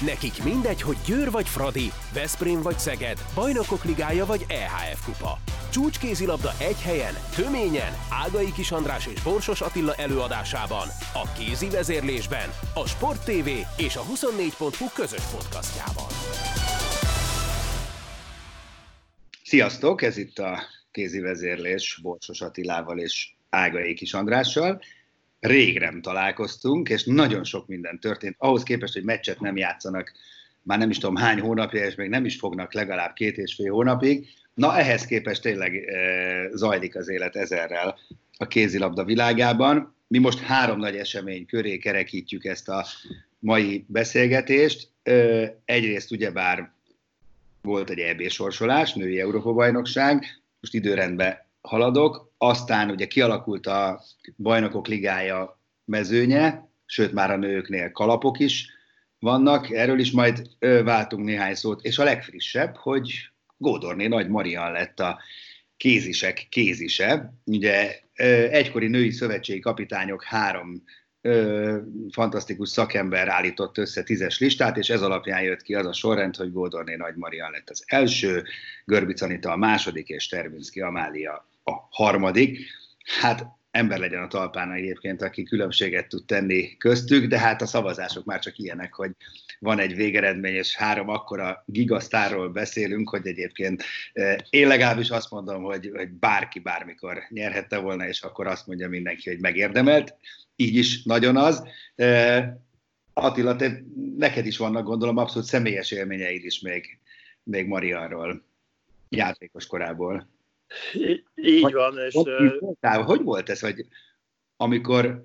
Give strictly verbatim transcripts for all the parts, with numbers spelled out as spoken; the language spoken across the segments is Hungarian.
Nekik mindegy, hogy Győr vagy Fradi, Veszprém vagy Szeged, Bajnokok Ligája vagy é há ef Kupa. Csúcskézilabda egy helyen, töményen, Ágai Kis András és Borsos Attila előadásában, a kézi vezérlésben, a Sport té vé és a huszonnégy pont hu közös podcastjában. Sziasztok, ez itt a kézi vezérlés Borsos Attilával és Ágai Kis Andrással. Rég nem találkoztunk, és nagyon sok minden történt. Ahhoz képest, hogy meccset nem játszanak már nem is tudom hány hónapja, és még nem is fognak legalább két és fél hónapig. Na, ehhez képest tényleg e, zajlik az élet ezerrel a kézilabda világában. Mi most három nagy esemény köré kerekítjük ezt a mai beszélgetést. E, egyrészt ugyebár volt egy é bé sorsolás, női Európa-bajnokság, most időrendben haladok, aztán ugye kialakult a Bajnokok Ligája mezőnye, sőt már a nőknél kalapok is vannak, erről is majd ö, váltunk néhány szót, és a legfrissebb, hogy Gódorné Nagy Marian lett a kézisek kézise. Ugye ö, egykori női szövetségi kapitányok három ö, fantasztikus szakember állított össze tízes listát, és ez alapján jött ki az a sorrend, hogy Gódorné Nagy Marian lett az első, Görbic Anita a második, és Tervinszky Amália a harmadik. Hát ember legyen a talpán egyébként, aki különbséget tud tenni köztük, de hát a szavazások már csak ilyenek, hogy van egy végeredmény, és három akkora gigasztárról beszélünk, hogy egyébként én legalábbis azt mondom, hogy, hogy bárki bármikor nyerhette volna, és akkor azt mondja mindenki, hogy megérdemelt. Így is nagyon az. Attila, te, neked is vannak, gondolom, abszolút személyes élményeid is még, még Marianról, játékos korából. Í- így hogy, van. És, hogy, voltál, hogy volt ez, hogy amikor,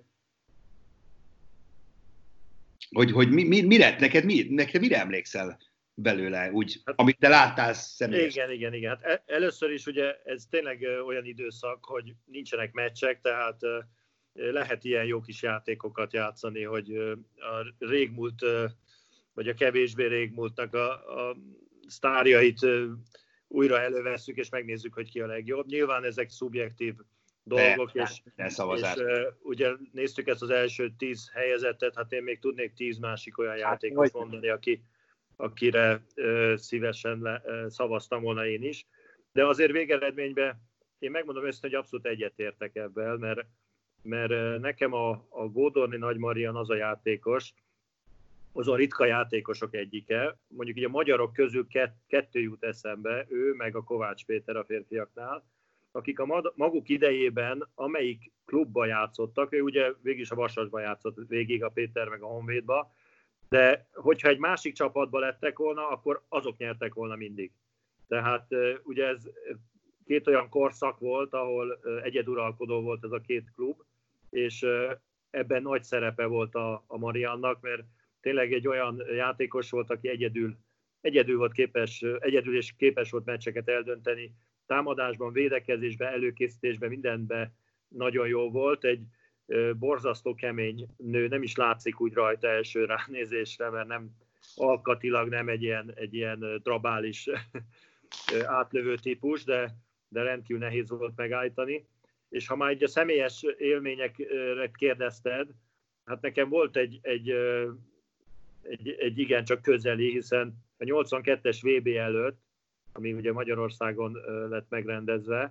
hogy, hogy mi, mi, mire, neked, mi, neked mire emlékszel belőle, úgy, hát, amit te láttál személyesen? Igen, igen, igen. Hát először is ugye ez tényleg olyan időszak, hogy nincsenek meccsek, tehát lehet ilyen jó kis játékokat játszani, hogy a régmúlt, vagy a kevésbé régmúltnak a, a sztárjait újra elővesszük, és megnézzük, hogy ki a legjobb. Nyilván ezek szubjektív dolgok, de, és, de és uh, ugye néztük ezt az első tíz helyezettet, hát én még tudnék tíz másik olyan játékot hát, mondani, aki, akire uh, szívesen le, uh, szavaztam volna én is. De azért végeredményben én megmondom őszintén, hogy abszolút egyetértek ebben, mert, mert uh, nekem a, a Gódorné Nagy Marian az a játékos, azon ritka játékosok egyike, mondjuk így a magyarok közül kett, kettő jut eszembe, ő meg a Kovács Péter a férfiaknál, akik a maguk idejében, amelyik klubban játszottak, ő ugye végig is a Vasasban játszott végig, a Péter meg a Honvédba, de hogyha egy másik csapatban lettek volna, akkor azok nyertek volna mindig. Tehát ugye ez két olyan korszak volt, ahol egyeduralkodó volt ez a két klub, és ebben nagy szerepe volt a, a Mariannak, mert tényleg egy olyan játékos volt, aki egyedül, egyedül volt képes, egyedül és képes volt meccseket eldönteni. Támadásban, védekezésben, előkészítésben, mindenben nagyon jó volt. Egy borzasztó kemény nő, nem is látszik úgy rajta első ránézésre, mert nem alkatilag nem egy ilyen, egy ilyen drabális átlövő típus, de, de rendkívül nehéz volt megállítani. És ha már egy a személyes élményekre kérdezted, hát nekem volt egy, egy Egy, egy igencsak közeli, hiszen a nyolcvankettes vé bé előtt, ami ugye Magyarországon lett megrendezve,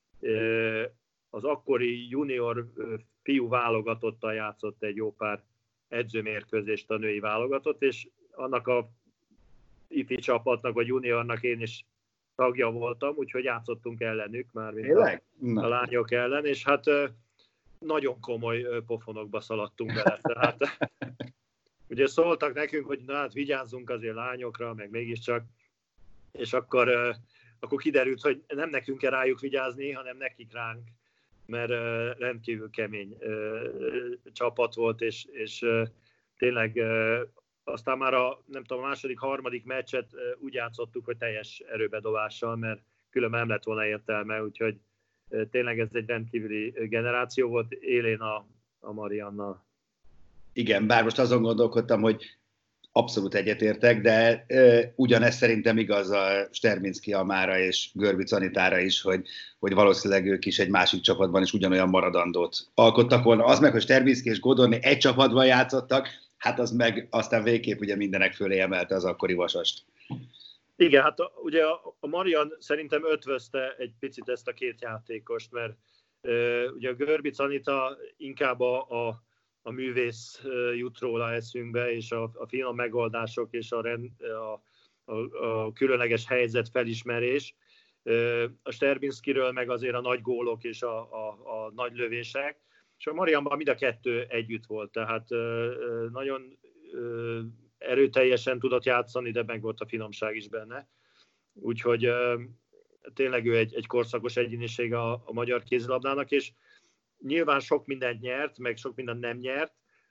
az akkori junior fiú válogatottal játszott egy jó pár edzőmérkőzést a női válogatott, és annak a ifi csapatnak, vagy juniornak én is tagja voltam, úgyhogy játszottunk ellenük már, mint a, a lányok ellen, és hát nagyon komoly pofonokba szaladtunk bele. Tehát ugye szóltak nekünk, hogy na hát vigyázzunk azért lányokra, meg mégiscsak, és akkor, uh, akkor kiderült, hogy nem nekünk kell rájuk vigyázni, hanem nekik ránk, mert uh, rendkívül kemény uh, csapat volt, és, és uh, tényleg uh, aztán már a, nem tudom, a második, harmadik meccset uh, úgy játszottuk, hogy teljes erőbedobással, mert különben nem lett volna értelme, úgyhogy uh, tényleg ez egy rendkívüli generáció volt, élén a, a Mariannal. Igen, bár most azon gondolkodtam, hogy abszolút egyetértek, de e, ugyanezt szerintem igaz a Sterminszky Amára és Görbic Anitára is, hogy, hogy valószínűleg ők is egy másik csapatban is ugyanolyan maradandót alkottak volna. Az meg, hogy Sterminszky és Gódorné egy csapatban játszottak, hát az meg aztán végképp ugye mindenek fölé emelte az akkori Vasast. Igen, hát a, ugye a, a Marian szerintem ötvözte egy picit ezt a két játékost, mert uh, ugye a Görbic Anita inkább a, a, a művész uh, jut róla eszünkbe, és a, a finom megoldások és a, rend, a, a, a különleges helyzet felismerés. Uh, a Sterbinskiről meg azért a nagy gólok és a, a, a nagy lövések, és a Marianban mind a kettő együtt volt, tehát uh, nagyon uh, erőteljesen tudott játszani, de meg volt a finomság is benne. Úgyhogy uh, tényleg ő egy, egy korszakos egyéniség a, a magyar kézilabdának, és nyilván sok mindent nyert, meg sok mindent nem nyert,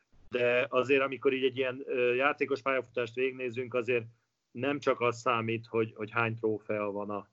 de azért, amikor így egy ilyen uh, játékos pályafutást végignézünk, azért nem csak az számít, hogy, hogy hány trófea van a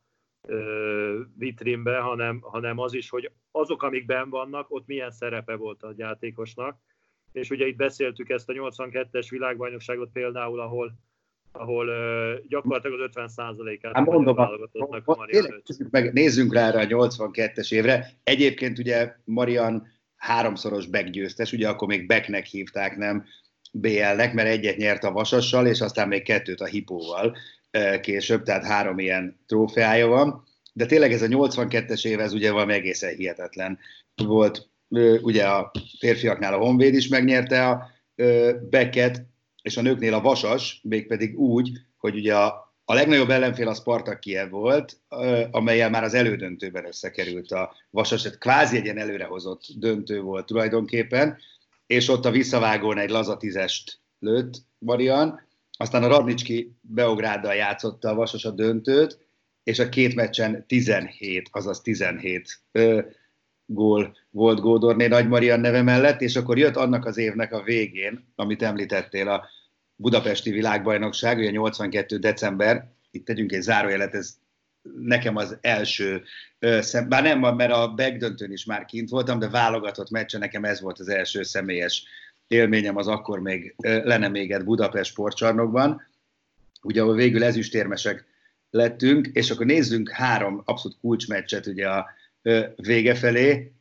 uh, vitrínben, hanem, hanem az is, hogy azok, amik benn vannak, ott milyen szerepe volt a játékosnak. És ugye itt beszéltük ezt a nyolcvankettes világbajnokságot például, ahol, ahol uh, gyakorlatilag az ötven százalékát hát mondom, válogatottnak a Marian. Meg nézzünk rá erre a nyolcvankettes évre. Egyébként ugye Marian háromszoros Beck-győztes, ugye akkor még Becknek hívták, nem bé el-nek, mert egyet nyert a Vasassal, és aztán még kettőt a Hippóval később, tehát három ilyen trófeája van. De tényleg ez a nyolcvankettes év, ez ugye valami egészen hihetetlen volt. Ugye a férfiaknál a Honvéd is megnyerte a Becket, és a nőknél a Vasas, mégpedig úgy, hogy ugye a, a legnagyobb ellenfél a Spartak Kijev volt, amellyel már az elődöntőben összekerült a Vasas, tehát kvázi egy ilyen előrehozott döntő volt tulajdonképpen, és ott a visszavágón egy laza tízest lőtt Marian, aztán a Radnicski Beográddal játszotta a Vasas a döntőt, és a két meccsen tizenhét, azaz tizenhét ö, gól volt Gódorné Nagy Marian neve mellett, és akkor jött annak az évnek a végén, amit említettél, a budapesti világbajnokság, ugye nyolcvankettő december, itt tegyünk egy zárójelet, ez nekem az első, bár nem, mert a Beck döntőn is már kint voltam, de válogatott meccse, nekem ez volt az első személyes élményem az akkor még le nem égett Budapest sportcsarnokban, ugye ahol végül ezüstérmesek lettünk, és akkor nézzünk három abszolút kulcsmeccset ugye a vége felé.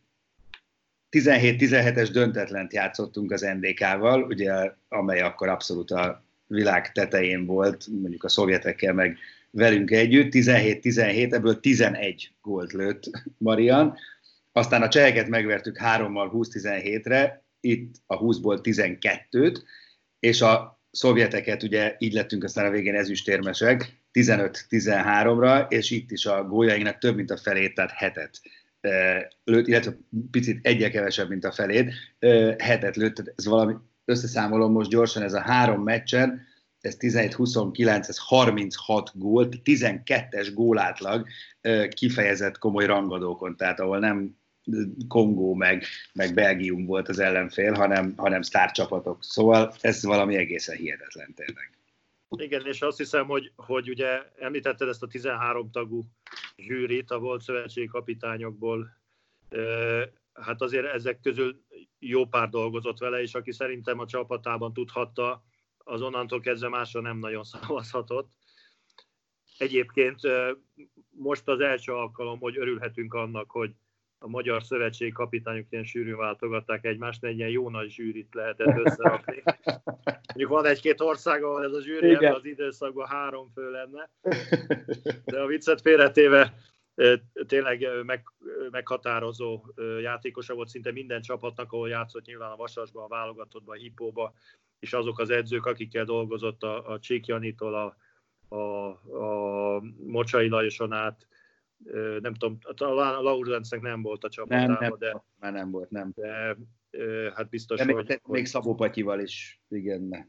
tizenhét tizenhetes döntetlent játszottunk az en dé ká-val, ugye, amely akkor abszolút a világ tetején volt, mondjuk a szovjetekkel meg velünk együtt. tizenhét tizenhét, ebből tizenegy gólt lőtt Marian. Aztán a cseheket megvertük hárommal húsz tizenhétre, itt a húszból tizenkettőt, és a szovjeteket ugye így lettünk aztán a végén ezüstérmesek, tizenöt tizenháromra, és itt is a góljainknak több mint a felét, tehát hetet lőtt, illetve picit egyre kevesebb, mint a felét, hetet lőtt, tehát ez valami, összeszámolom most gyorsan, ez a három meccsen, ez tizenhét huszonkilenc, ez harminchat gól, tizenkettes gólátlag kifejezett komoly rangadókon, tehát ahol nem Kongó meg, meg Belgium volt az ellenfél, hanem, hanem sztárcsapatok. Szóval ez valami egészen hihetetlen tényleg. Igen, és azt hiszem, hogy, hogy ugye említetted ezt a tizenhárom tagú zsűrit a volt szövetségi kapitányokból, hát azért ezek közül jó pár dolgozott vele, és aki szerintem a csapatában tudhatta, az onnantól kezdve másra nem nagyon szavazhatott. Egyébként most az első alkalom, hogy örülhetünk annak, hogy a magyar szövetségi kapitányok ilyen sűrűn váltogatták egymást, egy ilyen jó nagy zsűrit lehetett összerakni. Mondjuk van egy-két ország, ahol ez a zsűri ebben az időszakban három fő lenne, de a viccet félretéve tényleg meg, meghatározó játékosa volt szinte minden csapatnak, ahol játszott, nyilván a Vasasban, a válogatottban, a Hippóban, és azok az edzők, akikkel dolgozott a, a Csík Janitól, a, a, a Mocsai Lajoson át, nem tudom, talán a Laurencnek nem volt a csapatában, nem, nem, de... Már nem volt, nem. De hát biztos, de még, hogy... Még hogy... Szabó Patyival is, igen, ne.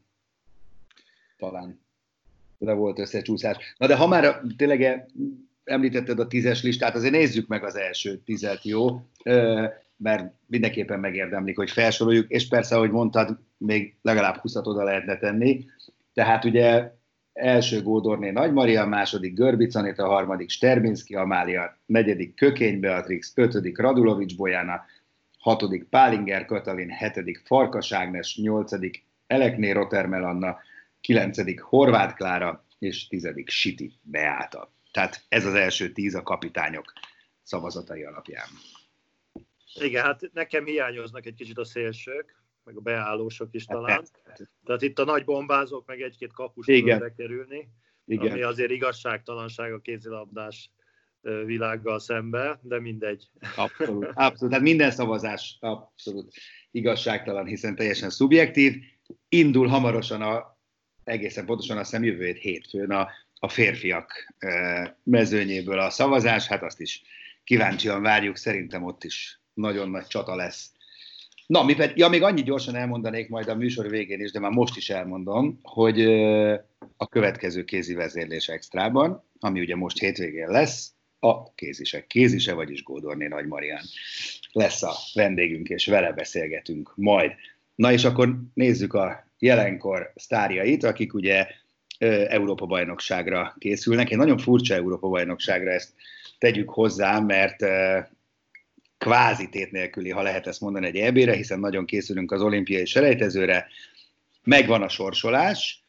Talán. De volt összecsúszás. Na de ha már tényleg említetted a tízes listát, azért nézzük meg az első tízet, jó? Mert mindenképpen megérdemlik, hogy felsoroljuk, és persze, ahogy mondtad, még legalább húszat oda lehetne tenni. Tehát ugye első Gódorné Nagy Marian, második Görbic Anita, harmadik Sterbinski Amália, negyedik Kökény Beatrix, ötödik Radulovics Bojana, hatodik Pálinger Katalin, hetedik Farkas Ágnes, nyolcadik Elekné Rotermel Anna, kilencedik Horváth Klára, és tizedik Siti Beáta. Tehát ez az első tíz a kapitányok szavazatai alapján. Igen, hát nekem hiányoznak egy kicsit a szélsők, meg a beállósok is talán. Tehát itt a nagy bombázók, meg egy-két kapus tudott bekerülni, igen. Ami azért igazságtalanság a kézilabdás világgal szembe, de mindegy. Abszolút, abszolút. Tehát minden szavazás abszolút igazságtalan, hiszen teljesen szubjektív. Indul hamarosan, a, egészen pontosan a jövő hét hétfőn a, a férfiak mezőnyéből a szavazás, hát azt is kíváncsian várjuk, szerintem ott is nagyon nagy csata lesz. Na, mi pedig, ja, még annyit gyorsan elmondanék majd a műsor végén is, de már most is elmondom, hogy a következő kézi vezérlés extrában, ami ugye most hétvégén lesz, a kézisek kézise, vagyis Gódorné Nagy Marián lesz a vendégünk, és vele beszélgetünk majd. Na és akkor nézzük a jelenkor sztárjait, akik ugye Európa-bajnokságra készülnek. Egy nagyon furcsa Európa-bajnokságra, ezt tegyük hozzá, mert kvázi tét nélküli, ha lehet ezt mondani, egy é bé-re, hiszen nagyon készülünk az olimpiai selejtezőre, megvan a sorsolás,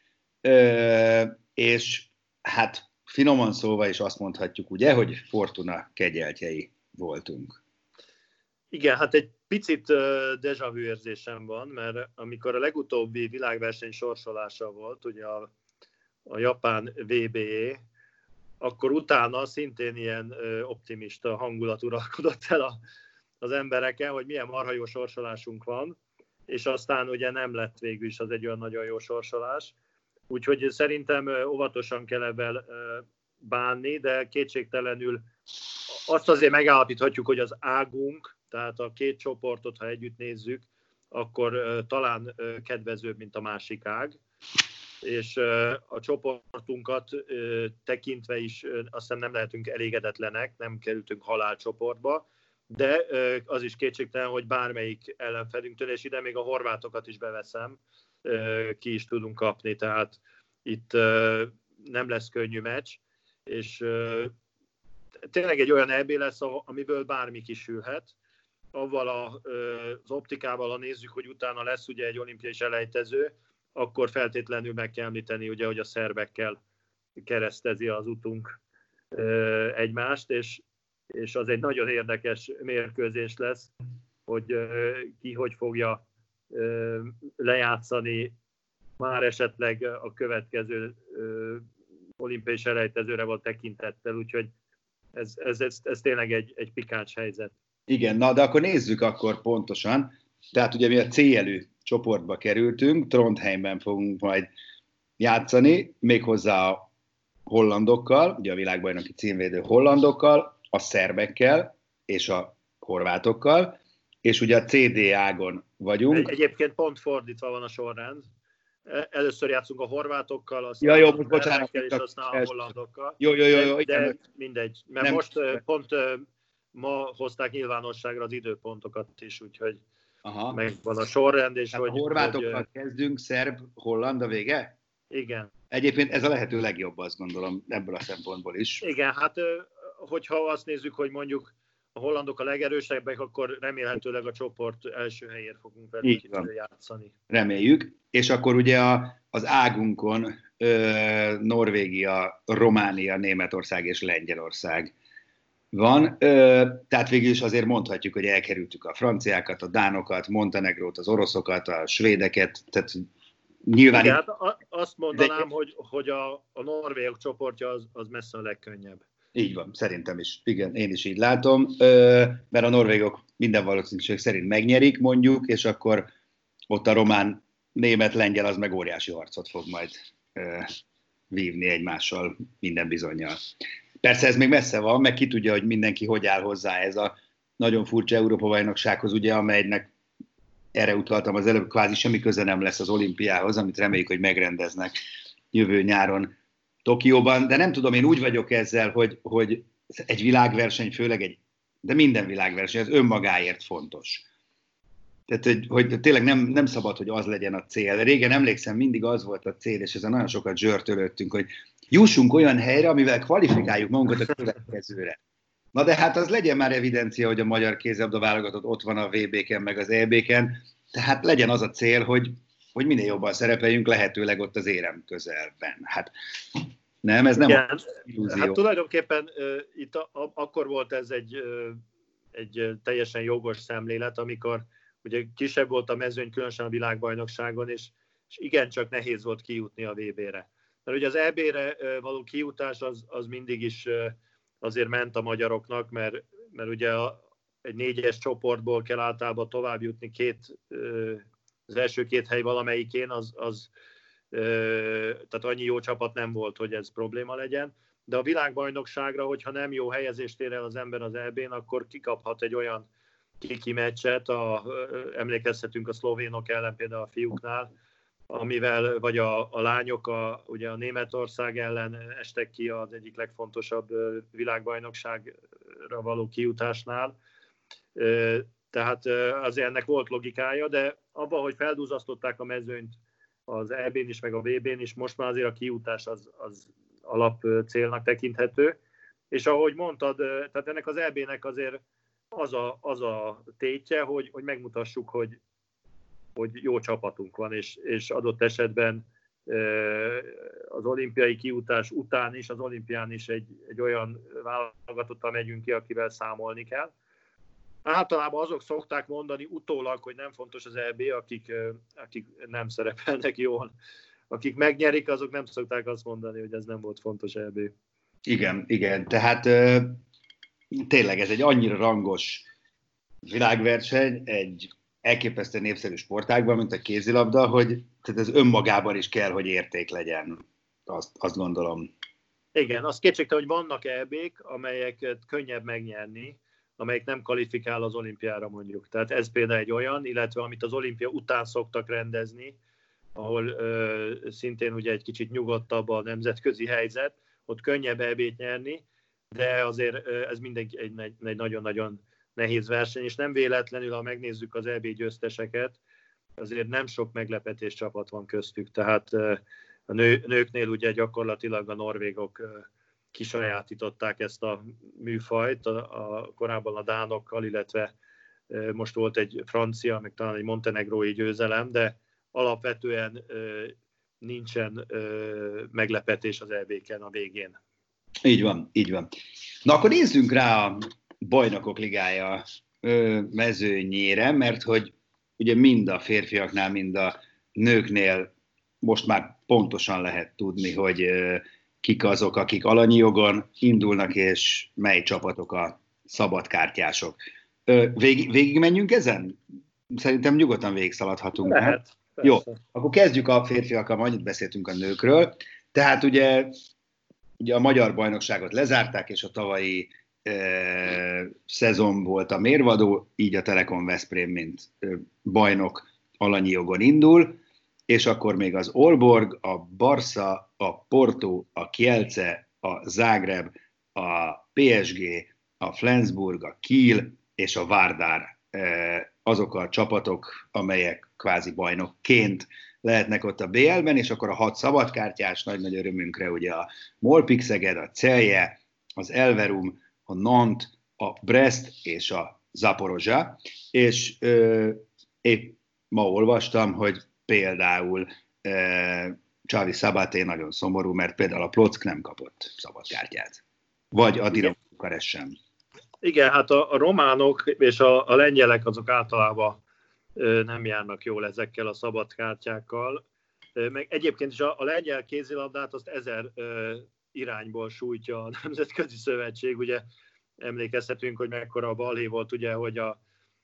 és hát finoman szóval is azt mondhatjuk, ugye, hogy Fortuna kegyeltjei voltunk. Igen, hát egy picit déjà vu érzésem van, mert amikor a legutóbbi világverseny sorsolása volt, ugye a, a japán vé bé, akkor utána szintén ilyen optimista hangulat uralkodott el a, az embereken, hogy milyen marha jó sorsolásunk van, és aztán ugye nem lett végül is az egy olyan nagyon jó sorsolás. Úgyhogy szerintem óvatosan kell ebben bánni, de kétségtelenül azt azért megállapíthatjuk, hogy az águnk, tehát a két csoportot, ha együtt nézzük, akkor talán kedvezőbb, mint a másik ág. És a csoportunkat tekintve is azt hiszem nem lehetünk elégedetlenek, nem kerültünk halálcsoportba, de az is kétségtelen, hogy bármelyik ellenfelünktől, és ide még a horvátokat is beveszem, ki is tudunk kapni, tehát itt nem lesz könnyű meccs, és tényleg egy olyan é bé lesz, amiből bármi kisülhet. Avval az optikával, ha nézzük, hogy utána lesz ugye egy olimpiai selejtező, akkor feltétlenül meg kell említeni, ugye, hogy a szerbekkel keresztezi az utunk egymást, és, és az egy nagyon érdekes mérkőzés lesz, hogy ki hogy fogja lejátszani már esetleg a következő olimpiai selejtezőre volt tekintettel, úgyhogy ez, ez, ez, ez tényleg egy, egy pikáns helyzet. Igen, na de akkor nézzük akkor pontosan. Tehát ugye mi a cé-jelű csoportba kerültünk, Trondheimben fogunk majd játszani, méghozzá a hollandokkal, ugye a világbajnoki címvédő hollandokkal, a szerbekkel és a horvátokkal, és ugye a cé dé ágon vagyunk. Egyébként pont fordítva van a sorrend. Először játszunk a horvátokkal, aztán ja, jó, a szerbekkel, és aztán a hollandokkal. Jó, jó, jó, jó, de, de mindegy, mert nem most nem. pont ma hozták nyilvánosságra az időpontokat is, úgyhogy aha. Megvan a sorrend. És hogy, a horvátokkal hogy, kezdünk, szerb, holland a vége? Igen. Egyébként ez a lehető legjobb, azt gondolom, ebből a szempontból is. Igen, hát hogyha azt nézzük, hogy mondjuk a hollandok a legerősebbek, akkor remélhetőleg a csoport első helyért fogunk velük játszani. Reméljük. És akkor ugye a, az águnkon ö, Norvégia, Románia, Németország és Lengyelország van. Ö, tehát végül is azért mondhatjuk, hogy elkerültük a franciákat, a dánokat, Montenegrót, az oroszokat, a svédeket. Tehát nyilván... Igen, hát azt mondanám, de... hogy, hogy a, a norvégok csoportja az, az messze a legkönnyebb. Így van, szerintem is. Igen, én is így látom, mert a norvégok minden valószínűség szerint megnyerik, mondjuk, és akkor ott a román, német, lengyel az meg óriási harcot fog majd vívni egymással minden bizonnyal. Persze ez még messze van, meg ki tudja, hogy mindenki hogy áll hozzá ez a nagyon furcsa Európa-bajnoksághoz, ugye, amelynek erre utaltam az előbb, kvázi semmi köze nem lesz az olimpiához, amit reméljük, hogy megrendeznek jövő nyáron Tokióban, de nem tudom, én úgy vagyok ezzel, hogy, hogy egy világverseny, főleg egy, de minden világverseny, az önmagáért fontos. Tehát, hogy, hogy tényleg nem, nem szabad, hogy az legyen a cél. Régen emlékszem, mindig az volt a cél, és ezen nagyon sokat zsörtölöttünk, hogy jussunk olyan helyre, amivel kvalifikáljuk magunkat a következőre. Na de hát az legyen már evidencia, hogy a magyar kézilabda válogatott ott van a vé bé-ken, meg az é bé-ken, tehát legyen az a cél, hogy hogy minél jobban szerepeljünk, lehetőleg ott az érem közelben. Hát nem, ez nem igen, illúzió. Hát tulajdonképpen uh, itt a, a, akkor volt ez egy, uh, egy teljesen jogos szemlélet, amikor ugye kisebb volt a mezőny, különösen a világbajnokságon, és, és igencsak nehéz volt kijutni a vé bére. Mert ugye az é bére való kijutás az, az mindig is azért ment a magyaroknak, mert, mert ugye a, egy négyes csoportból kell általában tovább jutni két, az első két hely valamelyikén, az, az tehát annyi jó csapat nem volt, hogy ez probléma legyen. De a világbajnokságra, hogyha nem jó helyezést ér el az ember az é bén, akkor kikaphat egy olyan kiki meccset, a, emlékezhetünk a szlovénok ellen például a fiúknál, amivel, vagy a, a lányok a, ugye a Németország ellen estek ki az egyik legfontosabb világbajnokságra való kijutásnál. Tehát azért ennek volt logikája, de abban, hogy feldúzasztották a mezőnyt az é bén is, meg a vé bén is, most már azért a kijutás az, az alap célnak tekinthető. És ahogy mondtad, tehát ennek az é bének azért az a, az a tétje, hogy, hogy megmutassuk, hogy, hogy jó csapatunk van, és, és adott esetben az olimpiai kijutás után is, az olimpián is egy, egy olyan válogatottal megyünk ki, akivel számolni kell. Általában azok szokták mondani utólag, hogy nem fontos az é bé, akik, akik nem szerepelnek jól. Akik megnyerik, azok nem szokták azt mondani, hogy ez nem volt fontos é bé. Igen, igen. Tehát tényleg ez egy annyira rangos világverseny, egy elképesztő népszerű sportágban, mint a kézilabda, hogy tehát ez önmagában is kell, hogy érték legyen. Azt, azt gondolom. Igen, azt kétségtelen, hogy vannak é bék, amelyeket könnyebb megnyerni, amelyik nem kvalifikál az olimpiára mondjuk. Tehát ez például egy olyan, illetve amit az olimpia után szoktak rendezni, ahol ö, szintén ugye egy kicsit nyugodtabb a nemzetközi helyzet, ott könnyebb é bét nyerni, de azért ö, ez mindenki egy, egy, egy nagyon-nagyon nehéz verseny, és nem véletlenül, ha megnézzük az é bé győzteseket, azért nem sok meglepetés csapat van köztük, tehát ö, a nő, nőknél ugye gyakorlatilag a norvégok ö, kisajátították ezt a műfajt, a, a, korábban a dánokkal, illetve ö, most volt egy francia, meg talán egy montenegrói győzelem, de alapvetően ö, nincsen ö, meglepetés az é béken a végén. Így van, így van. Na akkor nézzünk rá a Bajnokok Ligája ö, mezőnyére, mert hogy ugye mind a férfiaknál, mind a nőknél most már pontosan lehet tudni, hogy ö, kik azok, akik alanyi jogon indulnak, és mely csapatok a szabadkártyások. Ö, végig, végig menjünk ezen? Szerintem nyugodtan végigszaladhatunk. Lehet. Jó, akkor kezdjük a férfiakkal, majd beszéltünk a nőkről. Tehát ugye, ugye a magyar bajnokságot lezárták, és a tavalyi e, szezon volt a mérvadó, így a Telekom Veszprém, mint e, bajnok alanyi jogon indul, és akkor még az Aalborg, a Barca, a Porto, a Kielce, a Zágráb, a pé es gé, a Flensburg, a Kiel és a Vardar e, azok a csapatok, amelyek kvázi bajnokként lehetnek ott a bé el-ben, és akkor a hat szabadkártyás, nagy-nagy örömünkre ugye a Molpik Szeged, a Celje, az Elverum, a Nantes, a Brest és a Zaporozsa, és ö, épp ma olvastam, hogy például ö, Xavi Szabaté nagyon szomorú, mert például a Plock nem kapott szabadkártyát. Vagy a Dinamo Bukarest sem. Igen, hát a, a románok és a, a lengyelek azok általában ö, nem járnak jól ezekkel a szabadkártyákkal. Ö, meg egyébként is a, a lengyel kézilabdát azt ezer ö, irányból sújtja a Nemzetközi Szövetség. Ugye emlékezhetünk, hogy mekkora a balhé volt, ugye, hogy a,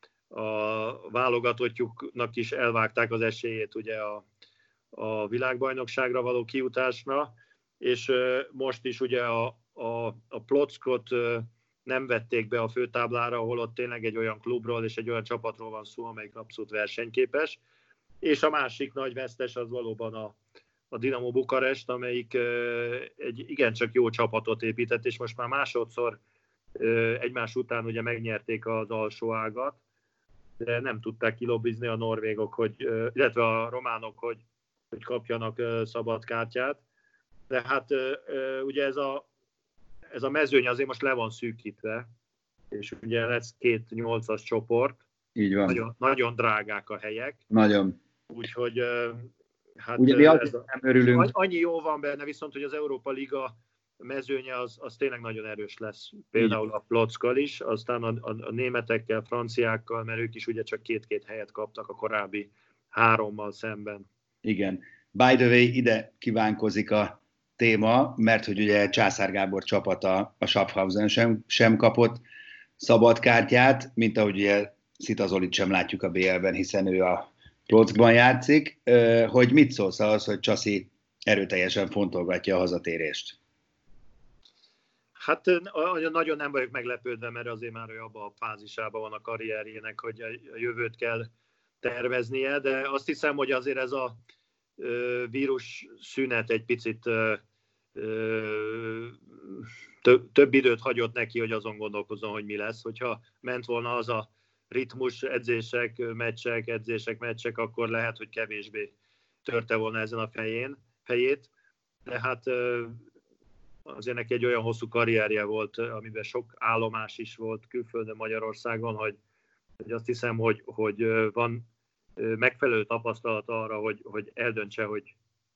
a válogatottjuknak is elvágták az esélyét ugye a, a világbajnokságra való kijutásra, és ö, most is ugye a, a, a Plockot ö, nem vették be a főtáblára, ahol ott tényleg egy olyan klubról és egy olyan csapatról van szó, amelyik abszolút versenyképes. És a másik nagy vesztes az valóban a, a Dinamo Bukarest, amelyik uh, egy igencsak jó csapatot épített, és most már másodszor uh, egymás után ugye megnyerték az alsó ágat, de nem tudták kilobbizni a norvégok, hogy, uh, illetve a románok, hogy, hogy kapjanak uh, szabad kártyát. De hát uh, uh, ugye ez a Ez a mezőny azért most le van szűkítve, és ugye lesz két nyolcas csoport. Így van. Nagyon, nagyon drágák a helyek. Nagyon. Úgyhogy hát ugye mi ez a, nem örülünk. annyi jó van benne, viszont hogy az Európa Liga mezőnye az, az tényleg nagyon erős lesz, például a Plockal is, aztán a, a, a németekkel, franciákkal, mert ők is ugye csak két-két helyet kaptak a korábbi hárommal szemben. Igen. By the way, ide kívánkozik a téma, mert hogy ugye Császár Gábor csapata a Schaffhausen sem, sem kapott szabad kártyát, mint ahogy ugye Szita Zolit sem látjuk a bé el-ben, hiszen ő a Plockban játszik. Hogy mit szólsz ahhoz, hogy Csaszi erőteljesen fontolgatja a hazatérést? Hát nagyon nem vagyok meglepődve, mert azért már ő abban a fázisában van a karrierjének, hogy a jövőt kell terveznie, de azt hiszem, hogy azért ez a vírus szünet egy picit több időt hagyott neki, hogy azon gondolkozzon, hogy mi lesz. Hogyha ment volna az a ritmus, edzések, meccsek, edzések, meccsek, akkor lehet, hogy kevésbé törte volna ezen a fején, fejét. De hát azért neki egy olyan hosszú karrierje volt, amiben sok állomás is volt külföldön, Magyarországon, hogy, hogy azt hiszem, hogy, hogy van megfelelő tapasztalat arra, hogy, hogy eldöntse, hogy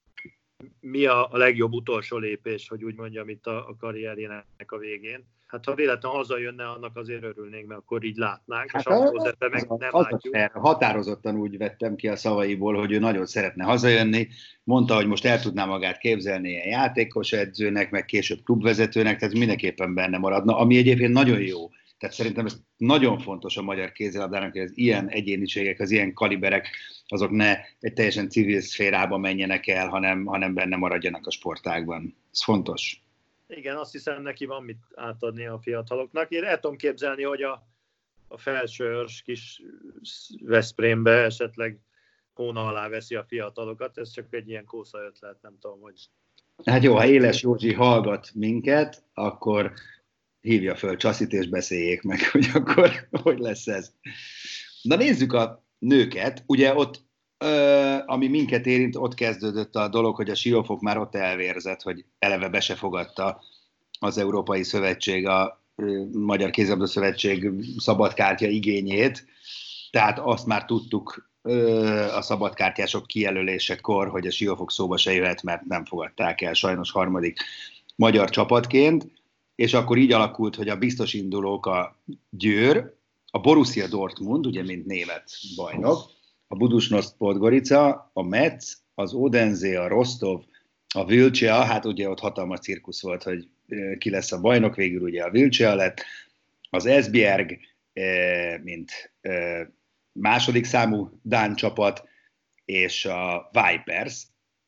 mi a, a legjobb utolsó lépés, hogy úgy mondjam, itt a, a karrierjének a végén. Hát ha véletlenül hazajönne, annak azért örülnénk, mert akkor így látnánk, hát és ahhoz meg nem az látjuk. Az határozottan úgy vettem ki a szavaiból, hogy ő nagyon szeretne hazajönni. Mondta, hogy most el tudná magát képzelni ilyen játékos edzőnek, meg később klubvezetőnek, tehát mindenképpen benne maradna, ami egyébként nagyon jó. Tehát szerintem ez nagyon fontos a magyar kézilabdának, hogy az ilyen egyéniségek, az ilyen kaliberek, azok ne egy teljesen civil szférába menjenek el, hanem, hanem benne maradjanak a sportágban. Ez fontos. Igen, azt hiszem, neki van mit átadni a fiataloknak. Én el tudom képzelni, hogy a, a felsőörs kis Veszprémbe esetleg hóna alá veszi a fiatalokat. Ez csak egy ilyen kósza ötlet, nem tudom, hogy... Hát jó, ha Éles Józsi hallgat minket, akkor hívja föl Csaszit, és beszéljék meg, hogy akkor hogy lesz ez. Na nézzük a nőket. Ugye ott, ö, ami minket érint, ott kezdődött a dolog, hogy a Siófok már ott elvérzett, hogy eleve be se fogadta az Európai Szövetség, a ö, Magyar Kézilabda Szövetség szabadkártya igényét. Tehát azt már tudtuk ö, a szabadkártyások kijelölésekor, hogy a Siófok szóba se jöhet, mert nem fogadták el sajnos harmadik magyar csapatként. És akkor így alakult, hogy a biztos indulók a Győr, a Borussia Dortmund, ugye mint német bajnok, a Budućnost Podgorica, a Metz, az Odense, a Rostov, a Vilcea, hát ugye ott hatalmas cirkusz volt, hogy ki lesz a bajnok, végül ugye a Vilcea lett, az Esbjerg, mint második számú dán csapat, és a Vipers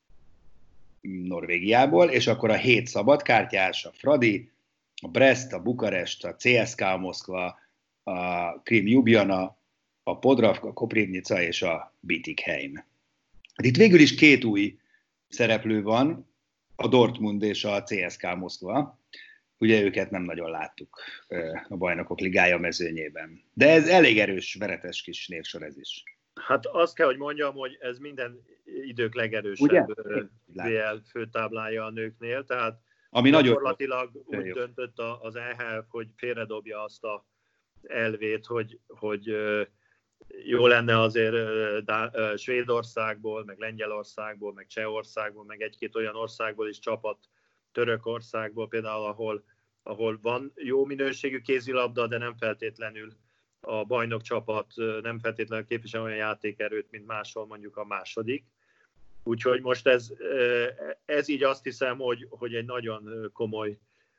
Norvégiából, és akkor a hét szabadkártyás, a Fradi, a Brest, a Bukarest, a cé es ká a Moszkva, a Krim Ljubljana, a Podravka, Koprivnica és a Bietigheim. Itt végül is két új szereplő van, a Dortmund és a cé es ká Moszkva. Ugye őket nem nagyon láttuk a Bajnokok Ligája mezőnyében. De ez elég erős, veretes kis névsor ez is. Hát azt kell, hogy mondjam, hogy ez minden idők legerősebb bé el főtáblája a nőknél, tehát ami gyakorlatilag nagyon úgy döntött az é há ef, hogy félredobja azt a elvét, hogy, hogy jó lenne azért Svédországból, meg Lengyelországból, meg Csehországból, meg egy-két olyan országból is csapat, Törökországból például, ahol, ahol van jó minőségű kézilabda, de nem feltétlenül a bajnok csapat nem feltétlenül képvisel olyan játékerőt, mint máshol mondjuk a második. Úgyhogy most ez, ez így azt hiszem, hogy, hogy egy nagyon komoly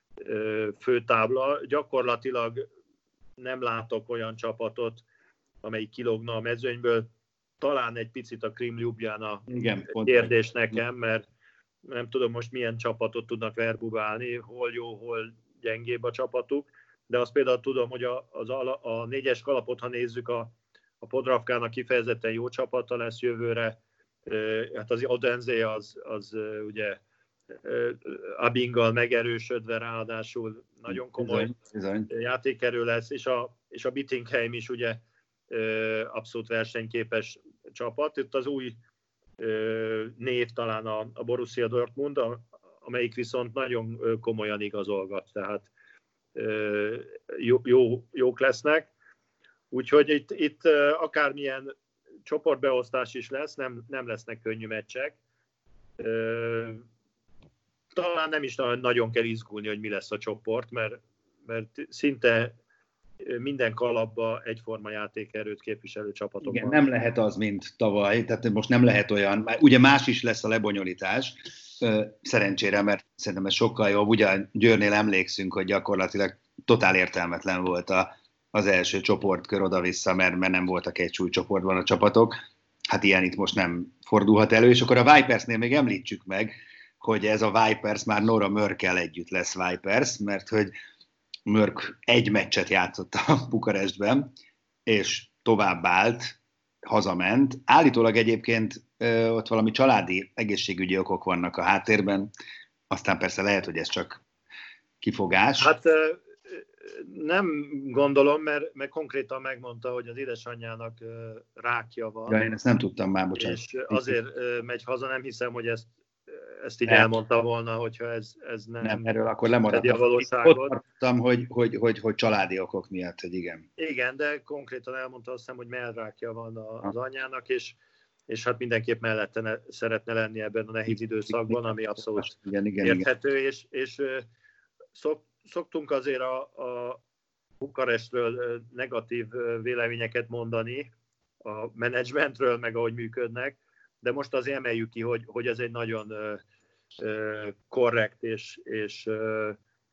főtábla. Gyakorlatilag nem látok olyan csapatot, amelyik kilógna a mezőnyből. Talán egy picit a Krim Ljubljana kérdés nekem, mert nem tudom most milyen csapatot tudnak verbuválni, hol jó, hol gyengébb a csapatuk, de azt például tudom, hogy a, az a, a négyes kalapot, ha nézzük, a, a Podravkának kifejezetten jó csapata lesz jövőre. Hát az Odense az, az ugye Abinggal megerősödve, ráadásul nagyon komoly bizony, bizony. játékerő lesz, és a, és a Bietigheim is ugye abszolút versenyképes csapat. Itt az új név talán a, a Borussia Dortmund, a, amelyik viszont nagyon komolyan igazolgat, tehát jó, jó, jók lesznek. Úgyhogy itt, itt akármilyen csoportbeosztás is lesz, nem, nem lesznek könnyű meccsek. Talán talán nem is nagyon kell izgulni, hogy mi lesz a csoport, mert, mert szinte minden kalapba egyforma játékerőt képviselő csapatok Igen, van. nem lehet az, mint tavaly, tehát most nem lehet olyan, ugye más is lesz a lebonyolítás, szerencsére, mert szerintem ez sokkal jobb. Ugye Győrnél emlékszünk, hogy gyakorlatilag totál értelmetlen volt a, az első csoportkör oda-vissza, mert, mert nem voltak egy súlycsoportban a csapatok. Hát ilyen itt most nem fordulhat elő, és akkor a Vipersnél még említsük meg, hogy ez a Vipers már Nora Mörkkel együtt lesz Vipers, mert hogy Mörk egy meccset játszott a Bukarestben, és tovább állt, hazament. Állítólag egyébként ö, ott valami családi egészségügyi okok vannak a háttérben, aztán persze lehet, hogy ez csak kifogás. Hát ö, nem gondolom, mert, mert konkrétan megmondta, hogy az édesanyjának ö, rákja van. Ja, én ezt nem tudtam már, bocsánat. És azért ö, megy haza, nem hiszem, hogy ezt ezt így nem. elmondta volna, hogyha ez, ez nem, nem erről akkor lemaradtam. A valóságot. Ott tartottam, hogy, hogy, hogy, hogy családi okok miatt, hogy igen. Igen, de konkrétan elmondta, azt hiszem, hogy mellrákja van az anyjának, és, és hát mindenképp mellette ne, szeretne lenni ebben a nehéz időszakban, ami abszolút igen, igen, érthető, igen. és, és szok, szoktunk azért a, a Bukarestről negatív véleményeket mondani, a menedzsmentről, meg ahogy működnek, de most azért emeljük ki, hogy, hogy ez egy nagyon ö, ö, korrekt és, és ö,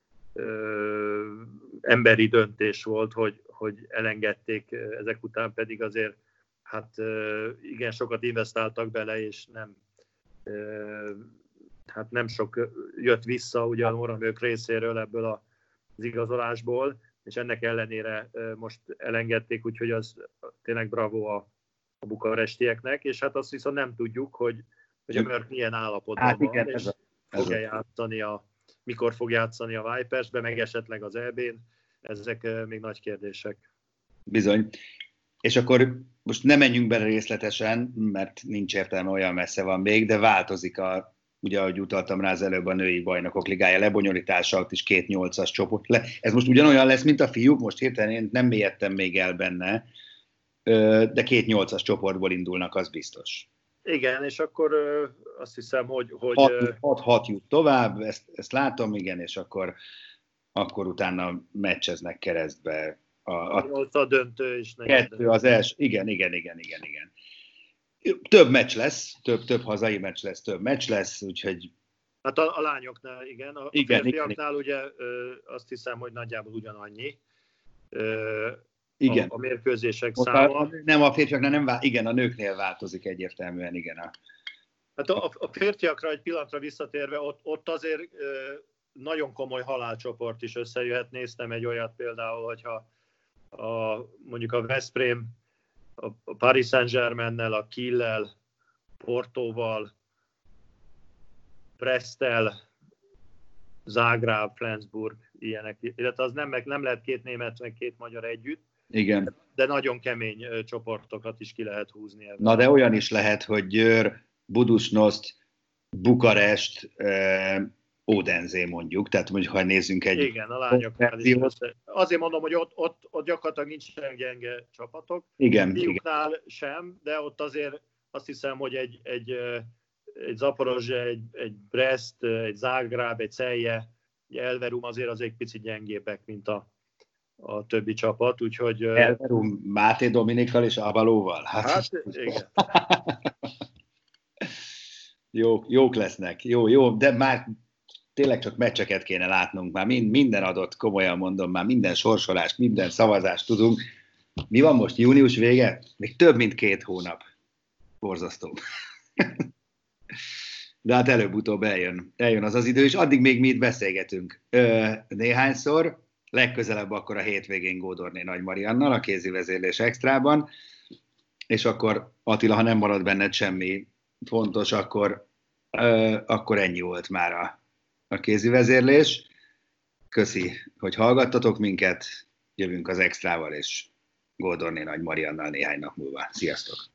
ö, emberi döntés volt, hogy, hogy elengedték, ezek után pedig azért hát ö, igen sokat investáltak bele, és nem, ö, hát nem sok jött vissza ugye a Noramők részéről ebből az igazolásból, és ennek ellenére ö, most elengedték, úgyhogy az tényleg bravo a a bukarestieknek, és hát azt viszont nem tudjuk, hogy, hogy a Mörk milyen állapotban hát igen, van, és a, fog-e játszani a, mikor fog játszani a Vipersbe, meg esetleg az é bén, ezek még nagy kérdések. Bizony. És akkor most nem menjünk bele részletesen, mert nincs értelme, olyan messze van még, de változik a, ugye ahogy utaltam rá az előbb, a női bajnokok ligája lebonyolítása, ott is két nyolcas csoport le. Ez most ugyanolyan lesz, mint a fiúk, most hirtelen én nem mélyedtem még el benne, de két nyolcas csoportból indulnak, az biztos. Igen, és akkor azt hiszem, hogy... hogy hat, hat jut tovább, ezt, ezt látom, igen, és akkor, akkor utána meccseznek keresztbe. A, a, a döntő is. Kettő az első, igen, igen, igen, igen, igen. Több meccs lesz, több, több hazai meccs lesz, több meccs lesz, úgyhogy... Hát a, a lányoknál, igen, a igen, férfiaknál igen. Ugye azt hiszem, hogy nagyjából ugyanannyi. Igen. A, a mérkőzések Most száma. A, nem, a férfiaknál nem vál, igen, a nőknél változik egyértelműen, igen. A... Hát a, a férfiakra egy pillanatra visszatérve, ott, ott azért ö, nagyon komoly halálcsoport is összejöhet. Néztem egy olyat például, hogyha a, mondjuk a Veszprém, a, a Paris Saint-Germain-nel, a Kiel-lel, Portóval, Bresttel, Zágráb, Flensburg, ilyenek. Illetve az nem, meg nem lehet két német, meg két magyar együtt. Igen. De nagyon kemény csoportokat is ki lehet húzni ebben. Na de olyan is lehet, hogy Győr, Budućnost, Bukarest, eh, Ódenzé mondjuk, tehát mondjuk, ha nézzünk egy... Igen, a lányoknál is össze. Azért mondom, hogy ott, ott, ott gyakorlatilag nincsenek gyenge csapatok. Igen. A fiúknál sem, de ott azért azt hiszem, hogy egy, egy, egy Zaporozse, egy, egy Brest, egy Zágráb, egy Celje, egy Elverum azért az egy picit gyengébbek, mint a a többi csapat, úgyhogy... Elverum, Máté Dominikkal és Avalóval. Hát, hát igen. Jó, jók lesznek, jó, jó, de már tényleg csak meccseket kéne látnunk, már minden adott, komolyan mondom, már minden sorsolást, minden szavazást tudunk. Mi van most, június vége? Még több, mint két hónap. Borzasztó. De hát előbb-utóbb eljön, eljön az az idő, és addig még mi itt beszélgetünk Ö, néhányszor, legközelebb akkor a hétvégén Gódorné Nagy Mariannal, a kézi vezérlés extrában, és akkor Attila, ha nem marad benned semmi fontos, akkor, ö, akkor ennyi volt már a, a kézi vezérlés. Köszi, hogy hallgattatok minket, jövünk az extrával, és Gódorné Nagy Mariannal néhány nap múlva. Sziasztok!